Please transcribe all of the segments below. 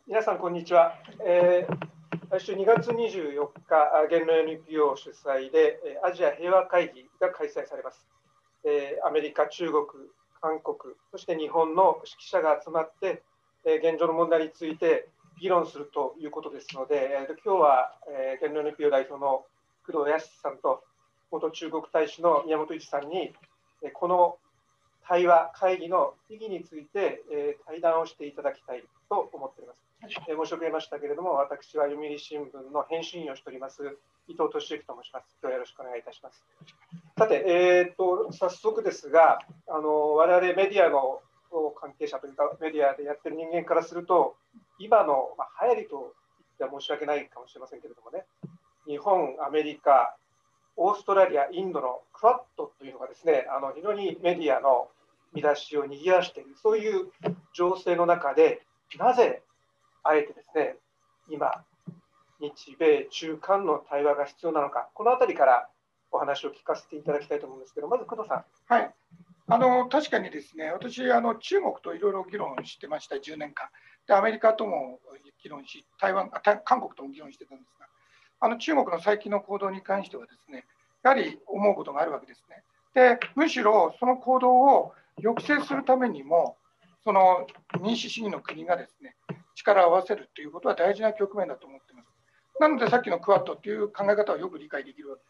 皆さん、こんにちは。来週2月24日、言論 NPO 主催でアジア平和会議が開催されます。アメリカ、中国、韓国、そして日本の識者が集まって、現状の問題について議論するということですので、今日は言論 NPO 代表の工藤康さんと元中国大使の宮本一さんに、この対話会議の意義について対談をしていただきたいと思っております。申し遅れましたけれども、私は読売新聞の編集員をしております伊藤俊之と申します。今日はよろしくお願いいたします。さて、早速ですが、我々メディアの関係者というか、メディアでやってる人間からすると、今の流行りと言っては申し訳ないかもしれませんけれどもね、日本、アメリカ、オーストラリア、インドのクワッドというのがですね、非常にメディアの見出しを賑わしている、そういう情勢の中で、なぜあえてですね、今、日米中韓の対話が必要なのか、このあたりからお話を聞かせていただきたいと思うんですけど、まず工藤さん。 はい、確かにですね、私、中国といろいろ議論してました、10年間。で、アメリカとも議論し、韓国とも議論してたんですが、中国の最近の行動に関してはですね、やはり思うことがあるわけですね。で、むしろその行動を抑制するためにも、その民主主義の国がですね、力を合わせるということは大事な局面だと思っています。なので、さっきのクワッドという考え方はよく理解できるわけです。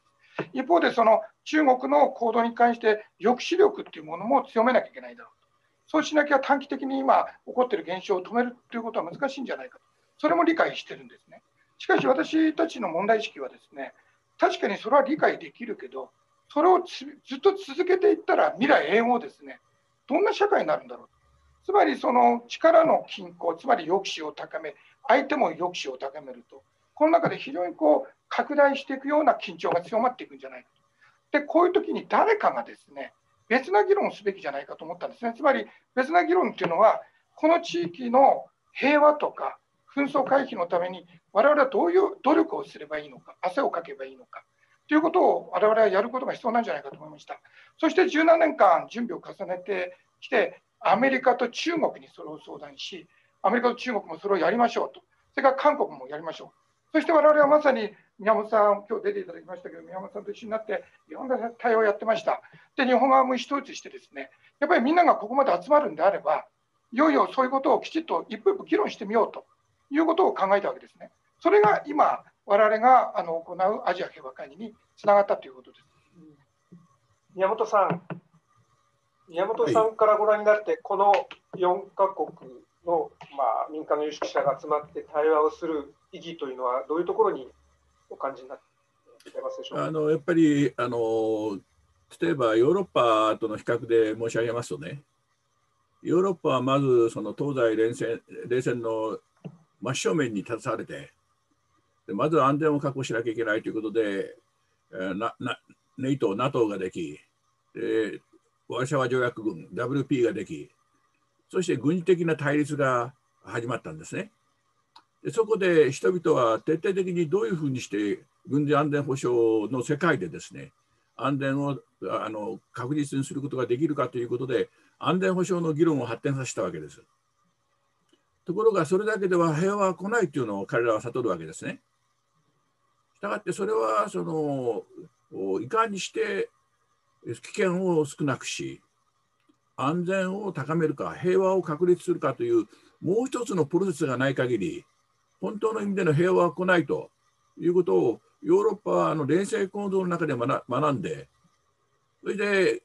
一方で、その中国の行動に関して抑止力というものも強めなきゃいけないだろうと。そうしなきゃ短期的に今起こっている現象を止めるということは難しいんじゃないかと。それも理解してるんですね。しかし私たちの問題意識はですね、確かにそれは理解できるけど、それをずっと続けていったら未来永劫ですね、どんな社会になるんだろうと。つまりその力の均衡、つまり抑止を高め、相手も抑止を高めると、この中で非常に拡大していくような緊張が強まっていくんじゃないかと。で、こういう時に誰かがですね、別な議論をすべきじゃないかと思ったんですね。つまり別な議論というのは、この地域の平和とか紛争回避のために我々はどういう努力をすればいいのか、汗をかけばいいのかということを我々はやることが必要なんじゃないかと思いました。そして17年間準備を重ねてきて、アメリカと中国にそれを相談し、アメリカと中国もそれをやりましょうと。それから韓国もやりましょう。そして我々はまさに宮本さん、今日出ていただきましたけど、宮本さんと一緒になっていろんな対応をやってました。で、日本側も一つしてですね、やっぱりみんながここまで集まるんであれば、いよいよそういうことをきちっと一歩一歩議論してみようということを考えたわけですね。それが今、我々が行うアジア平和会議につながったということです。 宮本さんからご覧になって、この4カ国の、民間の有識者が集まって対話をする意義というのは、どういうところにお感じになっていますでしょうか。 やっぱり例えばヨーロッパとの比較で申し上げますとね、ヨーロッパはまずその東西冷戦の真正面に立たされて、まず安全を確保しなきゃいけないということで、NATO ができ、ワルシャワ条約軍、WP ができ、そして軍事的な対立が始まったんですね。でそこで人々は徹底的にどういうふうにして軍事安全保障の世界でですね、安全を確実にすることができるかということで、安全保障の議論を発展させたわけです。ところが、それだけでは平和は来ないというのを彼らは悟るわけですね。したがって、それはいかにして危険を少なくし、安全を高めるか、平和を確立するかというもう一つのプロセスがない限り、本当の意味での平和は来ないということをヨーロッパは連成構造の中で学んで、それで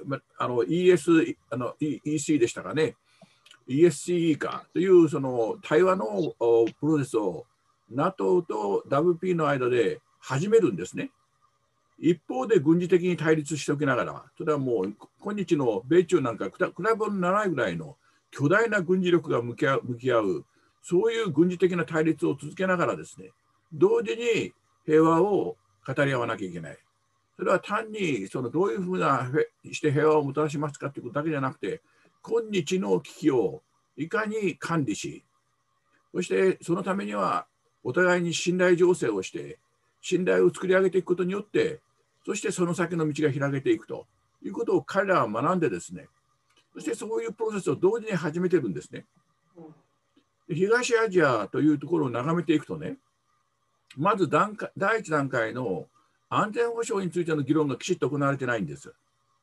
EC でしたかね、ESCE かというその対話のプロセスを NATO と WP の間で始めるんですね。一方で軍事的に対立しておきながら、それはもう今日の米中なんか比べ物にならないぐらいの巨大な軍事力が向き合う、そういう軍事的な対立を続けながらですね、同時に平和を語り合わなきゃいけない。それは単にどういうふうなして平和をもたらしますかということだけじゃなくて、今日の危機をいかに管理し、そしてそのためにはお互いに信頼醸成をして、信頼を作り上げていくことによって、そしてその先の道が開けていくということを彼らは学んでですね、そしてそういうプロセスを同時に始めてるんですね。 東アジアというところを眺めていくとね、まず第一段階の安全保障についての議論がきちっと行われてないんです。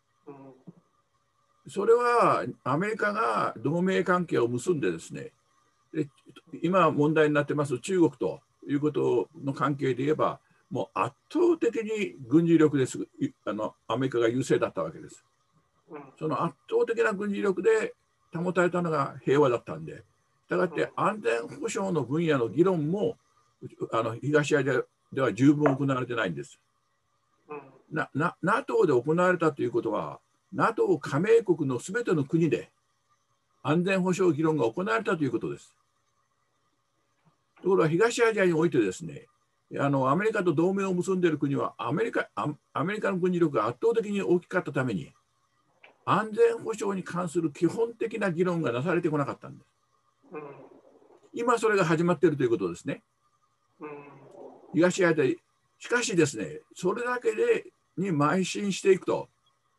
それはアメリカが同盟関係を結んでですね、で今問題になってます中国ということの関係で言えば、もう圧倒的に軍事力ですアメリカが優勢だったわけです。その圧倒的な軍事力で保たれたのが平和だったんで、したがって安全保障の分野の議論も東アジアでは十分行われてないんです。NATO で行われたということは、NATO 加盟国のすべての国で安全保障議論が行われたということです。ところが東アジアにおいてですね、アメリカと同盟を結んでいる国はアメリカの軍事力が圧倒的に大きかったために、安全保障に関する基本的な議論がなされてこなかったんです。今それが始まっているということですね。東アジアで、しかしですね、それだけに邁進していくと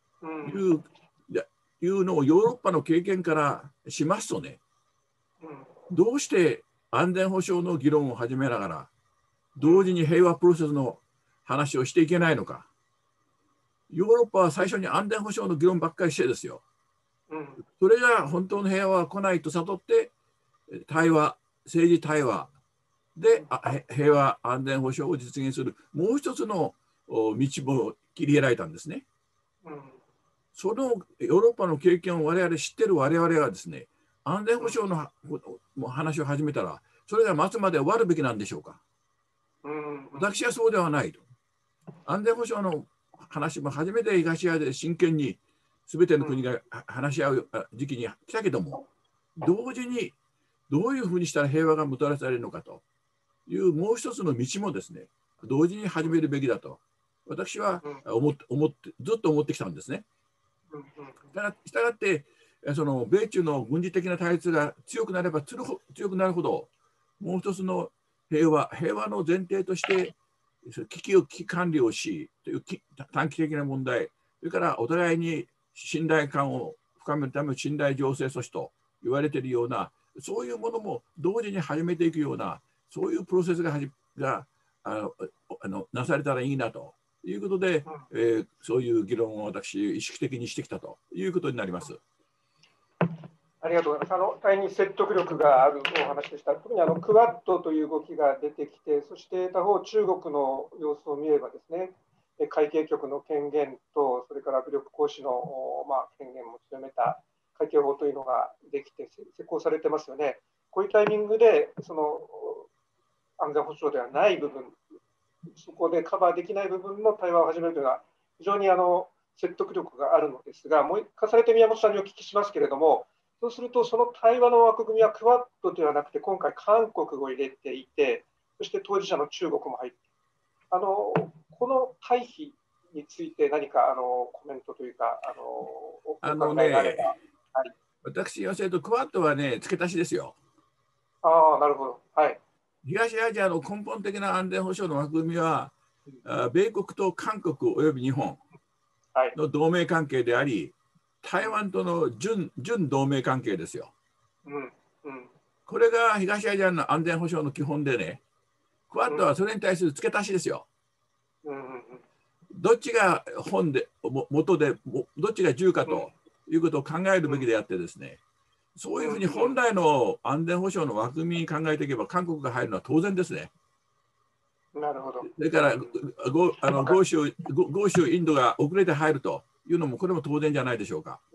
いうのをヨーロッパの経験からしますとね、どうして安全保障の議論を始めながら、同時に平和プロセスの話をしていけないのか。ヨーロッパは最初に安全保障の議論ばっかりしてですよ。それが本当の平和は来ないと悟って、政治対話で平和安全保障を実現するもう一つの道も切り開いたんですね。そのヨーロッパの経験を我々知ってる我々はですね、安全保障の話を始めたら、それが待つまで終わるべきなんでしょうか。私はそうではないと。安全保障の話も初めて東アジアで真剣に全ての国が話し合う時期に来たけども、同時にどういうふうにしたら平和がもたらされるのかというもう一つの道もですね、同時に始めるべきだと私はずっと思ってきたんですね。したがってその米中の軍事的な対立が強くなれば強くなるほど、もう一つの平和の前提として危機管理をしという短期的な問題、それからお互いに信頼感を深めるための信頼醸成措置と言われているような、そういうものも同時に始めていくような、そういうプロセスがなされたらいいなということで、そういう議論を私意識的にしてきたということになります。 ありがとうございます。大変に説得力があるお話でした。特にクワッドという動きが出てきて、そして他方、中国の様子を見ればですね、海警局の権限と、それから武力行使の、権限も強めた海警法というのができて、施行されてますよね。こういうタイミングで、その安全保障ではない部分、そこでカバーできない部分の対話を始めるというのは、非常に説得力があるのですが、もう重ねて宮本さんにお聞きしますけれども、そうすると、その対話の枠組みはクワッドではなくて、今回、韓国を入れていて、そして当事者の中国も入っている。この対比について何かコメントというか、お考えがあれば。 私が教えると、クワッドはね、付け足しですよ。 なるほど。はい。 東アジアの根本的な安全保障の枠組みは、米国と韓国および日本の同盟関係であり、台湾との準同盟関係ですよ。これが東アジアの安全保障の基本でね、クワッドはそれに対する付け足しですよ。どっちが元で、どっちが銃かということを考えるべきであってですね、そういうふうに本来の安全保障の枠組みに考えていけば、韓国が入るのは当然ですね。 なるほど。 それから豪州インドが遅れて入るというのも、これも当然じゃないでしょうか。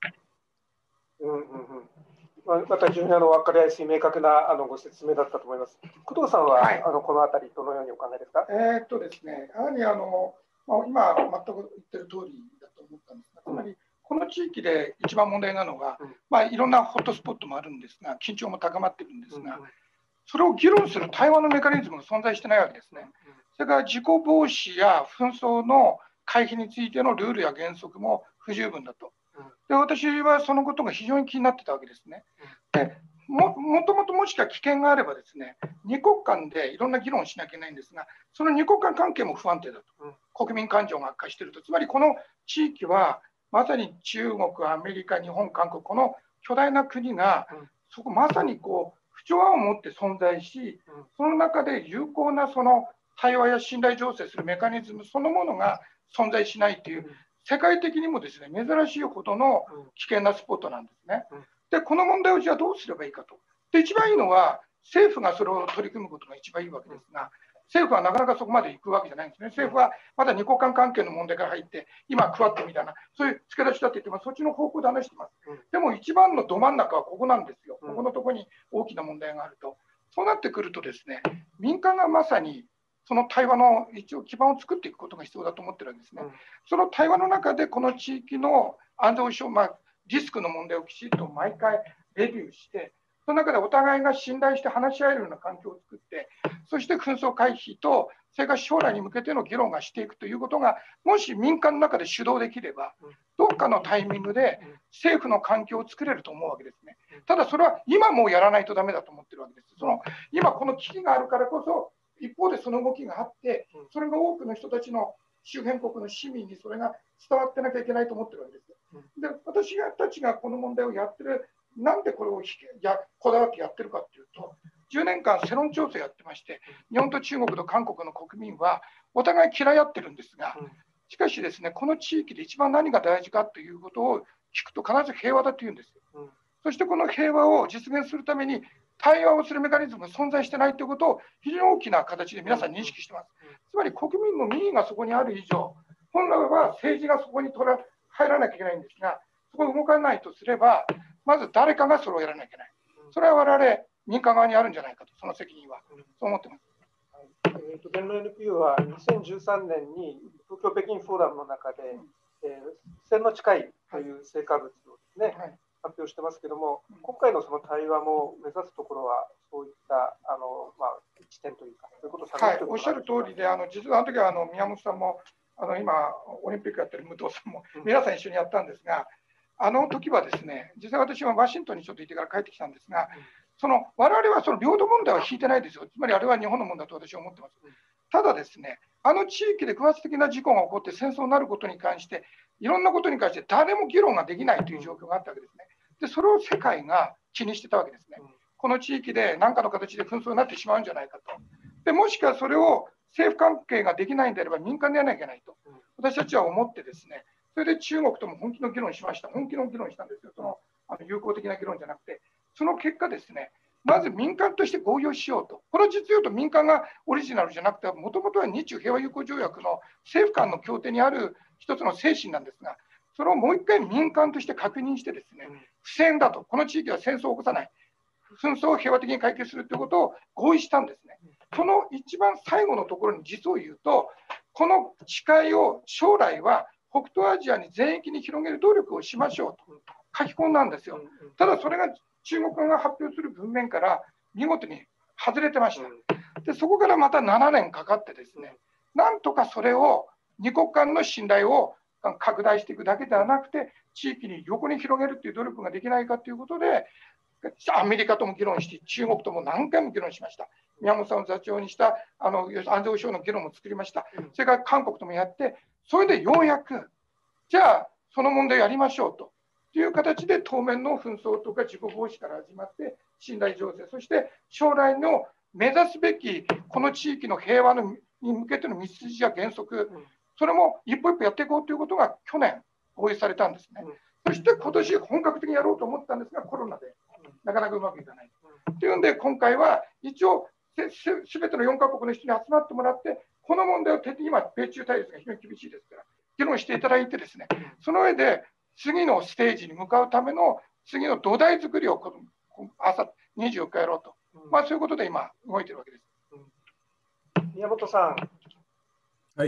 また非常に分かりやすい明確なご説明だったと思います。工藤さんは、このあたり、どのようにお考えですか。 ですね、やはり今、全く言ってる通りだと思ったんですが、つまり、この地域で一番問題なのが、いろんなホットスポットもあるんですが、緊張も高まっているんですが、それを議論する対話のメカニズムが存在してないわけですね。それから事故防止や紛争の回避についてのルールや原則も不十分だと。で、私はそのことが非常に気になってたわけですね。で、もともともしか危険があればですね、二国間でいろんな議論をしなきゃいけないんですが、その二国間関係も不安定だと。国民感情が悪化していると。つまりこの地域はまさに中国、アメリカ、日本、韓国、この巨大な国がそこまさに不調和を持って存在し、その中で有効なその対話や信頼醸成するメカニズムそのものが存在しないという、世界的にもですね、珍しいほどの危険なスポットなんですね。で、この問題をじゃあどうすればいいかと。で、一番いいのは、政府がそれを取り組むことが一番いいわけですが、政府はなかなかそこまで行くわけじゃないんですね。政府はまだ二国間関係の問題から入って、今、クワッドみたいな、そういう付け出しだって言っても、そっちの方向で話してます。でも一番のど真ん中はここなんですよ。ここのところに大きな問題があると。そうなってくるとですね、民間がまさにその対話の一応基盤を作っていくことが必要だと思ってるんですね。その対話の中で、この地域の安全保障、リスクの問題をきちっと毎回レビューして、その中でお互いが信頼して話し合えるような環境を作って、そして紛争回避と、それから将来に向けての議論がしていくということが、もし民間の中で主導できれば、どっかのタイミングで政府の環境を作れると思うわけですね。ただ、それは今もうやらないとだめだと思ってるわけです。今、この危機があるからこそ、一方でその動きがあって、それが多くの人たちの周辺国の市民にそれが伝わってなきゃいけないと思ってるわけです。で、私たちがこの問題をやってる、なんでこれをこだわってやってるかというと、10年間世論調査やってまして、日本と中国と韓国の国民はお互い嫌い合ってるんですが、しかしですね、この地域で一番何が大事かということを聞くと必ず平和だと言うんですよ。そしてこの平和を実現するために対話をするメカニズムが存在してないということを非常に大きな形で皆さん認識しています。つまり国民の民意がそこにある以上、本来は政治がそこに入らなきゃいけないんですが、そこが動かないとすれば、まず誰かがそれをやらなきゃいけない。それは我々民間側にあるんじゃないかと、その責任は。そう思ってます。 言論 NPO は2013年に東京北京フォーラムの中で、1000の近いという成果物をですね、発表してますけども、今回のその対話も目指すところは、そういった一点というか、そういうことをされるということおっしゃる通りで、実はあの時は宮本さんも、今、オリンピックやってる武藤さんも、皆さん一緒にやったんですが、あの時はですね、実際私はワシントンにちょっといてから帰ってきたんですが、我々はその領土問題は引いてないですよ。つまりあれは日本のものだと私は思ってます。ただですね、あの地域で偶発的な事故が起こって戦争になることに関して、いろんなことに関して誰も議論ができないという状況があったわけですね。で、それを世界が気にしてたわけですね。この地域で何かの形で紛争になってしまうんじゃないかと。で、もしくはそれを政府関係ができないんであれば民間でやらなきゃいけないと、私たちは思ってですね、それで中国とも本気の議論しました。本気の議論したんですよ。友好的な議論じゃなくて、その結果ですね、まず民間として合意をしようと。これは実を言うと民間がオリジナルじゃなくて、もともとは日中平和友好条約の政府間の協定にある一つの精神なんですが、それをもう一回民間として確認してですね、不戦だと。この地域は戦争を起こさない。紛争を平和的に解決するということを合意したんですね。その一番最後のところに実を言うと、この誓いを将来は北東アジアに全域に広げる努力をしましょうと書き込んだんですよ。ただそれが中国側が発表する文面から見事に外れてました。で、そこからまた7年かかってですね、なんとかそれを二国間の信頼を拡大していくだけではなくて、地域に横に広げるという努力ができないかということで、アメリカとも議論して、中国とも何回も議論しました。宮本さんを座長にした安全保障の議論も作りました。それから韓国ともやって、それでようやく、じゃあその問題をやりましょうという形で、当面の紛争とか事故防止から始まって、信頼醸成、そして将来の目指すべきこの地域の平和に向けての道筋や原則、それも一歩一歩やっていこうということが去年合意されたんですね。そして今年本格的にやろうと思ったんですが、コロナでなかなかうまくいかない。というんで、今回は一応すべての4カ国の人に集まってもらって、この問題を今、米中対立が非常に厳しいですから、議論していただいてですね、その上で次のステージに向かうための次の土台作りを朝24日やろうと、そういうことで今、動いているわけです。 宮本さん。 はい。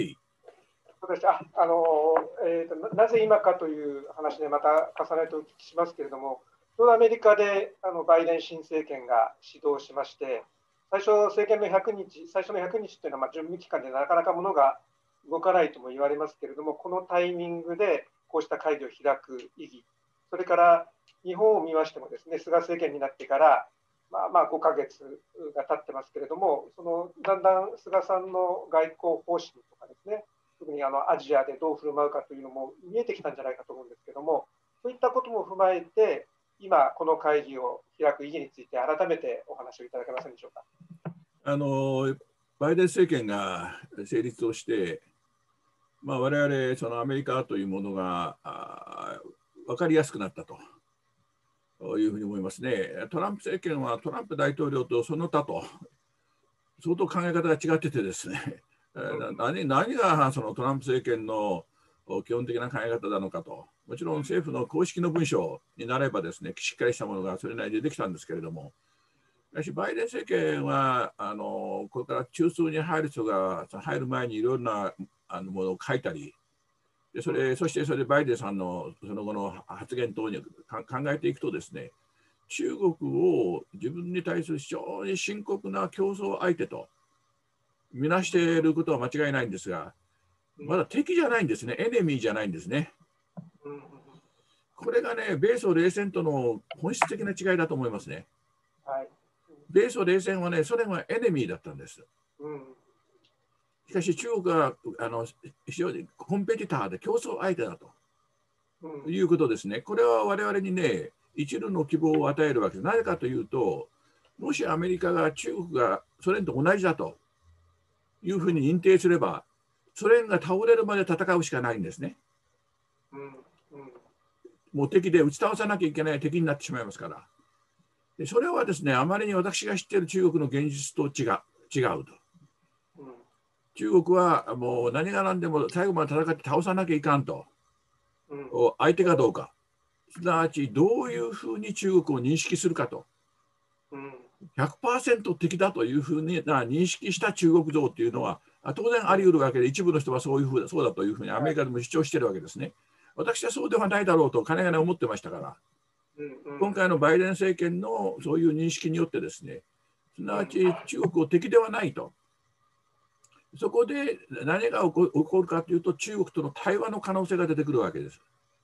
なぜ今かという話でまた重ねてお聞きしますけれども、ちょうどアメリカでバイデン新政権が始動しまして、最初の100日というのは準備期間でなかなかものが動かないとも言われますけれども、このタイミングでこうした会議を開く意義、それから日本を見ましてもですね、菅政権になってから5ヶ月が経ってますけれども、だんだん菅さんの外交方針とかですね、特にアジアでどう振る舞うかというのも見えてきたんじゃないかと思うんですけども、そういったことも踏まえて、 今、この会議を開く意義について、改めてお話をいただけませんでしょうか。 バイデン政権が成立をして、我々そのアメリカというものが分かりやすくなったというふうに思いますね。トランプ政権はトランプ大統領とその他と相当考え方が違っててですね、何がそのトランプ政権の基本的な考え方なのかと、もちろん政府の公式の文書になればですね、しっかりしたものがそれなりに出てきたんですけれども、しかしバイデン政権はこれから中枢に入る人が入る前にいろんなものを書いたり、そしてそれでバイデンさんのその後の発言等に考えていくとですね、中国を自分に対する非常に深刻な競争相手と見なしていることは間違いないんですが、まだ敵じゃないんですね、エネミーじゃないんですね。これがね、米ソ冷戦との本質的な違いだと思いますね。 はい、 米ソ冷戦はね、ソ連はエネミーだったんです。しかし中国は非常にコンペティターで競争相手だと、いうことですね。これは我々にね、一縷の希望を与えるわけです。なぜかというと、もしアメリカが中国がソ連と同じだというふうに認定すれば、ソ連が倒れるまで戦うしかないんですね。もう敵で打ち倒さなきゃいけない敵になってしまいますから。でそれはですね、あまりに私が知っている中国の現実と違うと。中国はもう何が何でも最後まで戦って倒さなきゃいかんと。相手かどうか。すなわちどういうふうに中国を認識するかと。100% 敵だというふうに認識した中国像というのは当然あり得るわけで、一部の人はそうだというふうにアメリカでも主張しているわけですね。私はそうではないだろうとかねがね思ってましたから、今回のバイデン政権のそういう認識によってですね、すなわち中国を敵ではないと。そこで何が起こるかというと、中国との対話の可能性が出てくるわけです。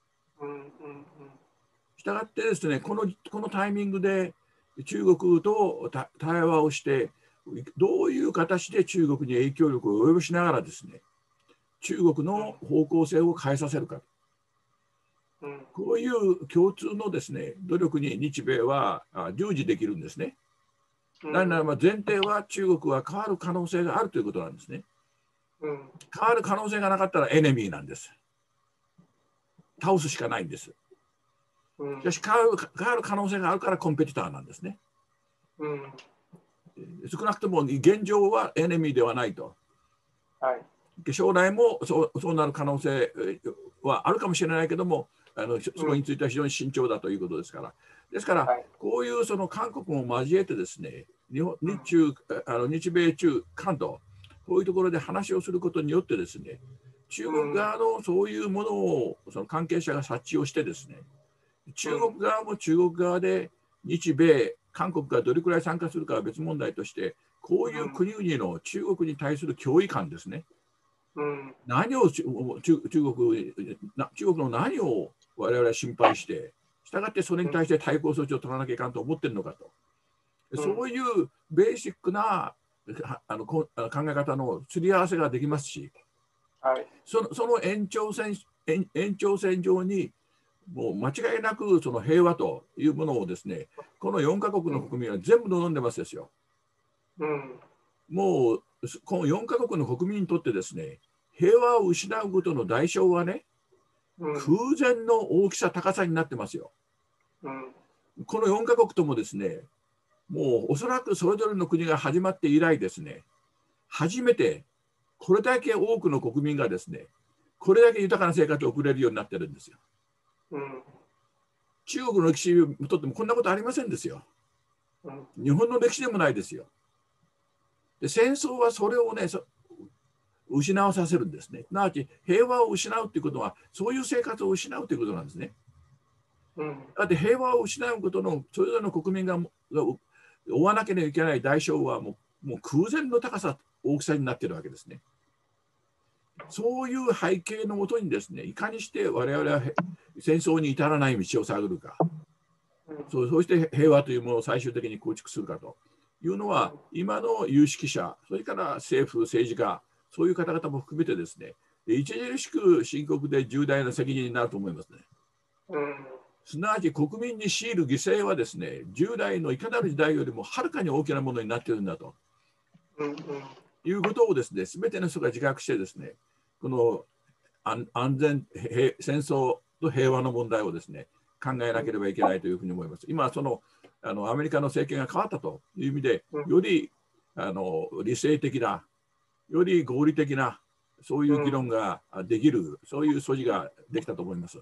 したがってですね、このタイミングで中国と対話をして、どういう形で中国に影響力を及ぼしながらですね、中国の方向性を変えさせるか。こういう共通のですね、努力に日米は従事できるんですね。なぜならば前提は中国は変わる可能性があるということなんですね。変わる可能性がなかったらエネミーなんです。倒すしかないんです。しかし変わる可能性があるからコンペティターなんですね。少なくとも現状はエネミーではないと。将来もそうなる可能性はあるかもしれないけども、そこについては非常に慎重だということですから。ですから、こういうその韓国も交えてですね、日米中韓とこういうところで話をすることによってですね、中国側のそういうものをその関係者が察知をしてですね、中国側も中国側で日米韓国がどれくらい参加するかは別問題として、こういう国々の中国に対する脅威感ですね、何を中国の何を我々は心配して、したがってそれに対して対抗措置を取らなきゃいかんと思っているのかと、そういうベーシックな考え方のすり合わせができますし、その延長線上にもう間違いなくその平和というものをですね、この4カ国の国民は全部望んでますですよ。もうこの4カ国の国民にとってですね、平和を失うことの代償はね、空前の大きさ高さになってますよ。この4カ国ともですね、もうおそらくそれぞれの国が始まって以来ですね、初めてこれだけ多くの国民がですね、これだけ豊かな生活を送れるようになってるんですよ。中国の歴史にとってもこんなことありませんですよ。日本の歴史でもないですよ。で戦争はそれをね、失わさせるんですね。すなわち平和を失うということは、そういう生活を失うということなんですね。だって平和を失うことのそれぞれの国民が負わなければいけない代償はもう空前の高さ、大きさになっているわけですね。そういう背景のもとにですね、いかにして我々は戦争に至らない道を探るか、そうして平和というものを最終的に構築するかというのは、今の有識者、それから政府、政治家、そういう方々も含めてですね、著しく深刻で重大な責任になると思いますね。 すなわち国民に強いる犠牲はですね、従来のいかなる時代よりもはるかに大きなものになっているんだと、いうことをですね、全ての人が自覚してですね、この安全戦争と平和の問題をですね、考えなければいけないというふうに思います。今アメリカの政権が変わったという意味で、より理性的な、より合理的なそういう議論ができる、そういう素地ができたと思います。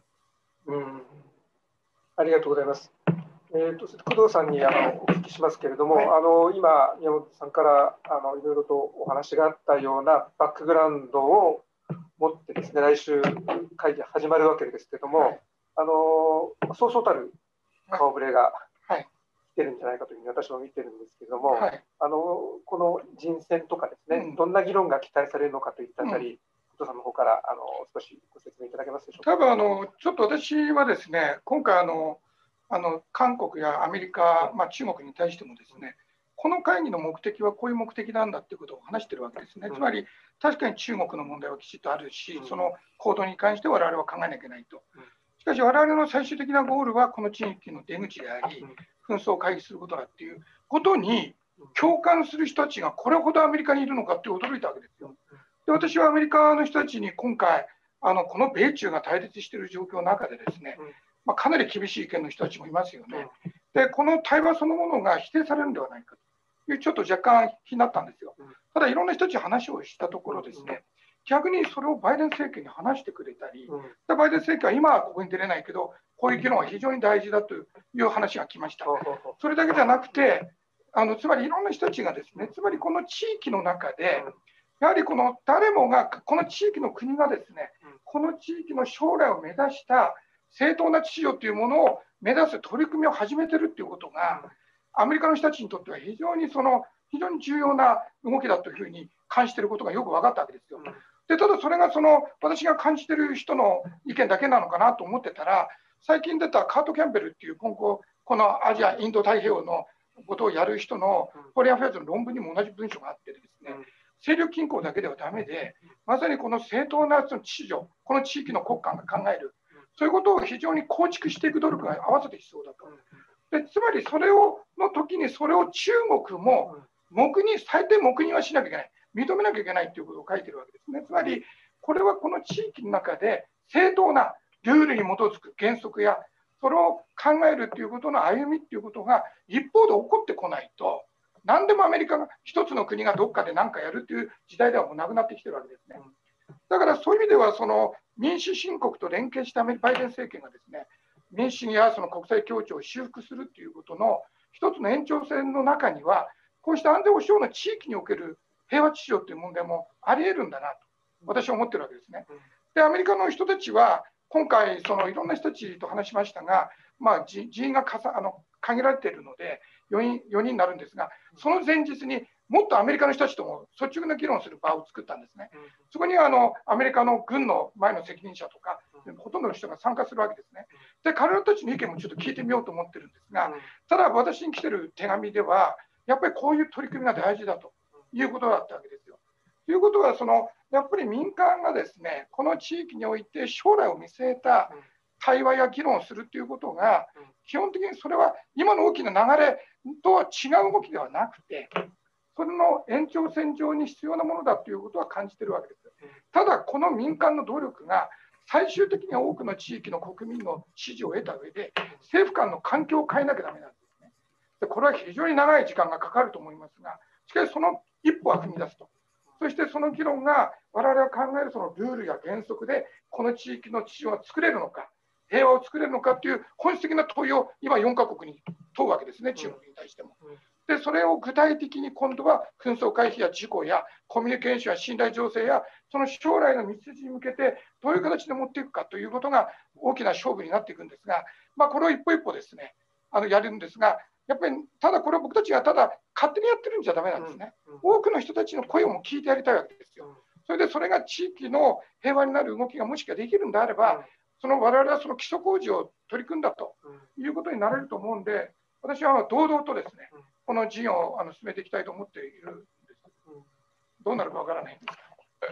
ありがとうございます。工藤さんにお聞きしますけれども、今、宮本さんからいろいろとお話があったようなバックグラウンドを持ってですね、来週会議が始まるわけですけれども、そうそうたる顔ぶれが来てるんじゃないかというふうに私も見てるんですけれども、この人選とかですね、どんな議論が期待されるのかといったあたり、工藤さんの方から少しご説明いただけますでしょうか。 多分ちょっと私はですね、今回韓国やアメリカ、中国に対してもですね、この会議の目的はこういう目的なんだということを話しているわけですね。つまり、確かに中国の問題はきちっとあるし、その行動に関して我々は考えなきゃいけないと。しかし、我々の最終的なゴールはこの地域の出口であり、紛争を回避することだっていうことに共感する人たちがこれほどアメリカにいるのかって驚いたわけですよ。で、私はアメリカの人たちに今回、この米中が対立している状況の中でですね、かなり厳しい意見の人たちもいますよね。で、この対話そのものが否定されるんではないかという、ちょっと若干気になったんですよ。ただ、いろんな人たち話をしたところですね、逆にそれをバイデン政権に話してくれたり、バイデン政権は今はここに出れないけど、こういう議論は非常に大事だという話が来ました。それだけじゃなくて、つまりいろんな人たちがですね、つまりこの地域の中で、やはりこの誰もが、この地域の国がですね、この地域の将来を目指した正当な秩序というものを目指す取り組みを始めているということが、アメリカの人たちにとっては非常に重要な動きだというふうに感じていることがよく分かったわけですよ。で、ただそれが私が感じている人の意見だけなのかなと思ってたら、最近出たカート・キャンベルっていう今後、このアジア、インド太平洋のことをやる人のフォリアンフェアーズの論文にも同じ文章があってですね、勢力均衡だけではだめで、まさにこの正当な秩序、この地域の国家が考える、そういうことを非常に構築していく努力が合わせて必要だと。で、つまりそれの時にそれを中国も最低黙認はしなきゃいけない、認めなきゃいけないということを書いてるわけですね。つまり、これはこの地域の中で正当なルールに基づく原則や、それを考えるということの歩みということが一方で起こってこないと、何でもアメリカが一つの国がどっかで何かやるという時代ではもうなくなってきてるわけですね。だからそういう意味では、民主主義国と連携したバイデン政権がですね、民主主義や国際協調を修復するということの一つの延長線の中には、こうした安全保障の地域における平和秩序という問題もあり得るんだなと私は思ってるわけですね。で、アメリカの人たちは今回いろんな人たちと話しましたが、人員が限られているので4人になるんですが、その前日にもっとアメリカの人たちとも率直な議論する場を作ったんですね。そこにはアメリカの軍の前の責任者とかほとんどの人が参加するわけですね。で、彼らたちの意見もちょっと聞いてみようと思ってるんですが、ただ私に来てる手紙ではやっぱりこういう取り組みが大事だということだったわけですよ。ということはやっぱり民間がですね、この地域において将来を見据えた対話や議論をするということが、基本的にそれは今の大きな流れとは違う動きではなくて、それの延長線上に必要なものだということは感じているわけです。ただ、この民間の努力が最終的には多くの地域の国民の支持を得た上で、政府間の環境を変えなきゃだめなんですね。で、これは非常に長い時間がかかると思いますが、しかしその一歩は踏み出すと。そしてその議論が我々が考えるそのルールや原則でこの地域の秩序を作れるのか、平和を作れるのかという本質的な問いを今4カ国に問うわけですね、中国に対しても。で、それを具体的に今度は紛争回避や事故やコミュニケーションや信頼醸成やその将来の道筋に向けてどういう形で持っていくかということが大きな勝負になっていくんですが、これを一歩一歩ですね、やるんですが、やっぱりただこれは僕たちがただ勝手にやってるんじゃダメなんですね。多くの人たちの声も聞いてやりたいわけですよ。それでそれが地域の平和になる動きがもしかできるんであれば、我々はその基礎工事を取り組んだということになれると思うんで、私は堂々とですね、この事業を進めていきたいと思っているんです。どうなるかわからないんですが。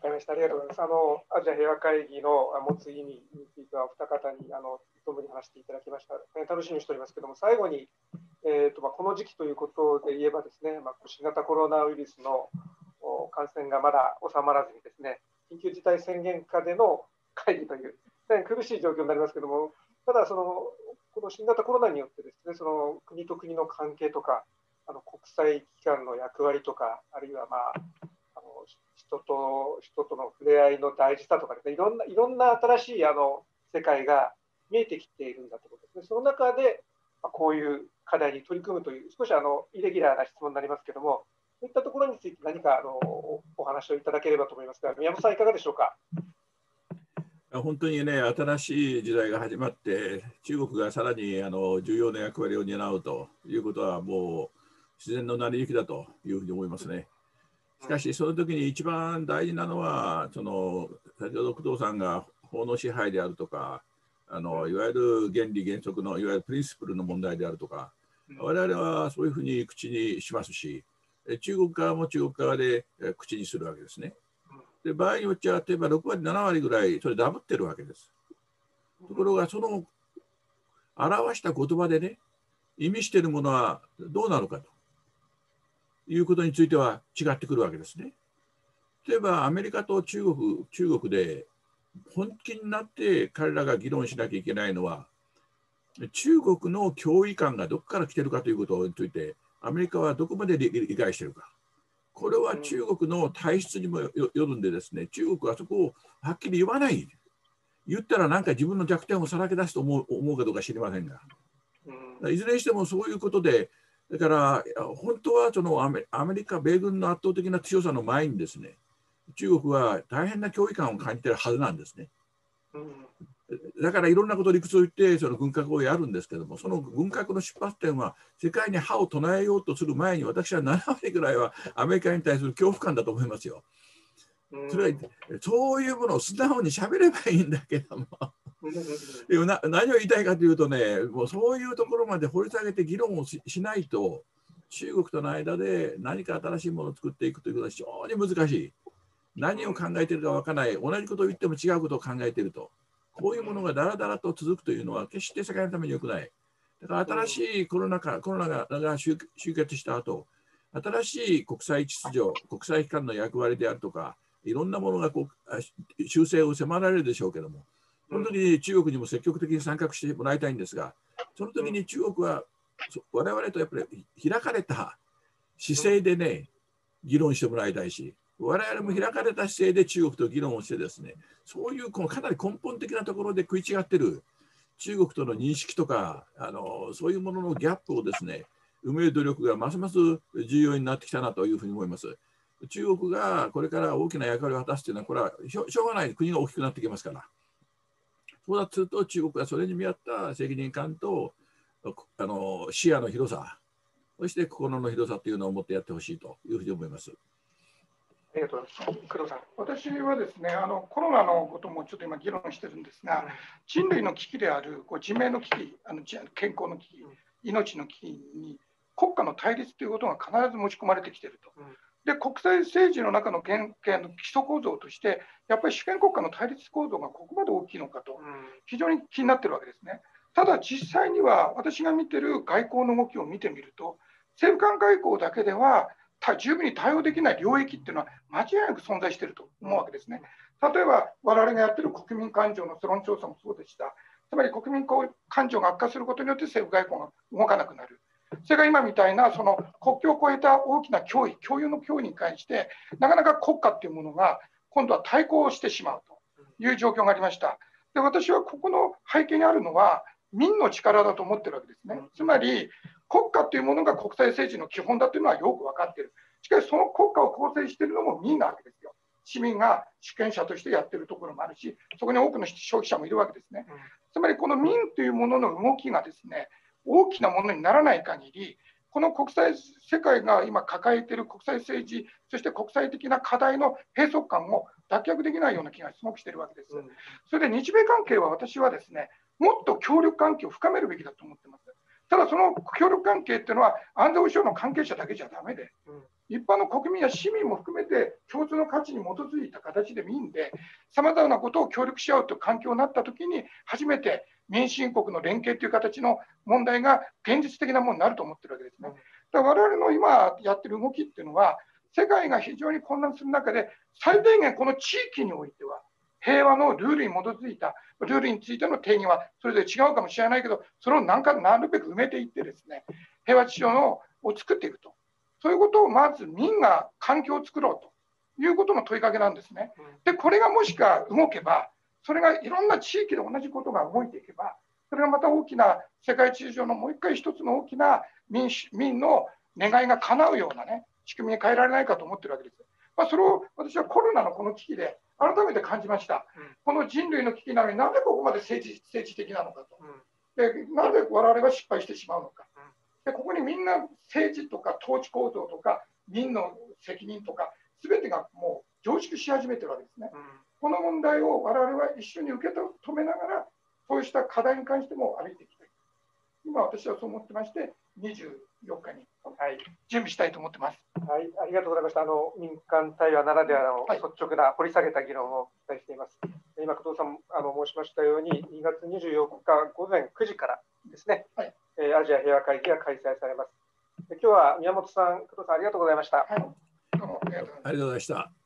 かりました。ありがとうございます。アジア平和会議の持つ意味については、お二方に存分に話していただきました。楽しみにしておりますけれども、最後に、この時期ということで言えばですね、新型コロナウイルスの感染がまだ収まらずにですね、緊急事態宣言下での会議という、大変苦しい状況になりますけれども、ただこの新型コロナによってですね、国と国の関係とか、国際機関の役割とか、あるいは、人との触れ合いの大事さとかですね、いろんな新しい世界が見えてきているんだということですね。その中で、こういう課題に取り組むという、少しイレギュラーな質問になりますけれども、そういったところについて何かお話をいただければと思いますが、宮本さん、いかがでしょうか。 本当にね、新しい時代が始まって、中国がさらに重要な役割を担うということは、もう自然の成り行きだというふうに思いますね。しかし、その時に一番大事なのは、先ほど工藤さんが法の支配であるとか、いわゆる原理原則のいわゆるプリンシプルの問題であるとか、我々はそういうふうに口にしますし、中国側も中国側で口にするわけですね。で場合によっては、例えば6割、7割ぐらい、それダブってるわけです。ところが、その表した言葉でね、意味しているものはどうなのかということについては違ってくるわけですね。例えば、アメリカと中国で本気になって彼らが議論しなきゃいけないのは、中国の脅威感がどこから来ているかということについて、アメリカはどこまで理解しているか。これは中国の体質にもよるんでですね、中国はそこをはっきり言わない。言ったらなんか自分の弱点をさらけ出すと思うかどうか知りませんが。いずれにしてもそういうことで、だから本当はアメリカ、米軍の圧倒的な強さの前にですね、中国は大変な脅威感を感じているはずなんですね。だからいろんなことを理屈を言ってその軍拡をやるんですけども、その軍拡の出発点は世界に歯を唱えようとする前に、私は7割ぐらいはアメリカに対する恐怖感だと思いますよ。それはそういうものを素直にしゃべればいいんだけども何を言いたいかというとね、もうそういうところまで掘り下げて議論を しないと、中国との間で何か新しいものを作っていくということは非常に難しい。何を考えているか分からない、同じことを言っても違うことを考えていると、こういうものがだらだらと続くというのは決して世界のために良くない。だから新しいコロナが終結した後、新しい国際秩序、国際機関の役割であるとか、いろんなものが修正を迫られるでしょうけども、その時に中国にも積極的に参画してもらいたいんですが、その時に中国は我々とやっぱり開かれた姿勢でね、議論してもらいたいし、我々も開かれた姿勢で中国と議論をしてですね、そういうかなり根本的なところで食い違っている中国との認識とか、そういうもののギャップをですね、埋める努力がますます重要になってきたなというふうに思います。中国がこれから大きな役割を果たすというのは、これはしょうがない、国が大きくなってきますから。そうだとすると、中国はそれに見合った責任感と視野の広さ、そして心の広さというのを持ってやってほしいというふうに思います。 ありがとうございます。工藤さん。私はですね、コロナのこともちょっと今議論してるんですが、人類の危機である人命の危機、健康の危機、命の危機に国家の対立ということが必ず持ち込まれてきていると。で、国際政治の中の基礎構造として、やっぱり主権国家の対立構造がここまで大きいのかと、非常に気になっているわけですね。ただ、実際には私が見ている外交の動きを見てみると、政府間外交だけでは十分に対応できない領域っていうのは間違いなく存在していると思うわけですね。例えば我々がやっている国民感情の世論調査もそうでした。つまり国民感情が悪化することによって政府外交が動かなくなる。それが今みたいなその国境を越えた大きな脅威、共有の脅威に関してなかなか国家っていうものが今度は対抗してしまうという状況がありました。で、私はここの背景にあるのは民の力だと思ってるわけですね。つまり国家というものが国際政治の基本だというのはよく分かっている。しかしその国家を構成しているのも民なわけですよ。市民が主権者としてやっているところもあるし、そこに多くの消費者もいるわけですね。つまりこの民というものの動きがですね、大きなものにならない限り、この国際世界が今抱えている国際政治、そして国際的な課題の閉塞感を脱却できないような気がすごくしているわけです。それで日米関係は私はですね、もっと協力関係を深めるべきだと思っています。ただその協力関係っていうのは安全保障の関係者だけじゃダメで、 一般の国民や市民も含めて共通の価値に基づいた形でもいいんで、さまざまなことを協力し合うという環境になったときに、初めて民主主義国の連携という形の問題が現実的なものになると思ってるわけですね。だから我々の今やってる動きっていうのは、世界が非常に混乱する中で、最低限この地域においては、平和のルールに基づいた、ルールについての定義はそれぞれ違うかもしれないけど、それをなるべく埋めていってですね、平和秩序を作っていくと。そういうことをまず民が環境を作ろうということの問いかけなんですね。で、これがもしか動けば、それがいろんな地域で同じことが動いていけば、それがまた大きな世界秩序のもう一回一つの大きな民の願いが叶うようなね、仕組みに変えられないかと思ってるわけです。それを私はコロナのこの危機で改めて感じました。この人類の危機なのになぜここまで政治的なのかと。で、なぜ我々は失敗してしまうのか。で、ここにみんな政治とか統治構造とか民の責任とか全てがもう凝縮し始めてるわけですね。この問題を我々は一緒に受け止めながら、そうした課題に関しても歩いていきたい。今私はそう思ってまして、24日に準備したいと思ってます。 はい、ありがとうございました。民間対話ならではの率直な掘り下げた議論を期待しています。今、工藤さん申しましたように、2月24日午前9時からですね、アジア平和会議が開催されます。今日は宮本さん、工藤さん、ありがとうございました。 どうもありがとうございました。 ありがとうございました。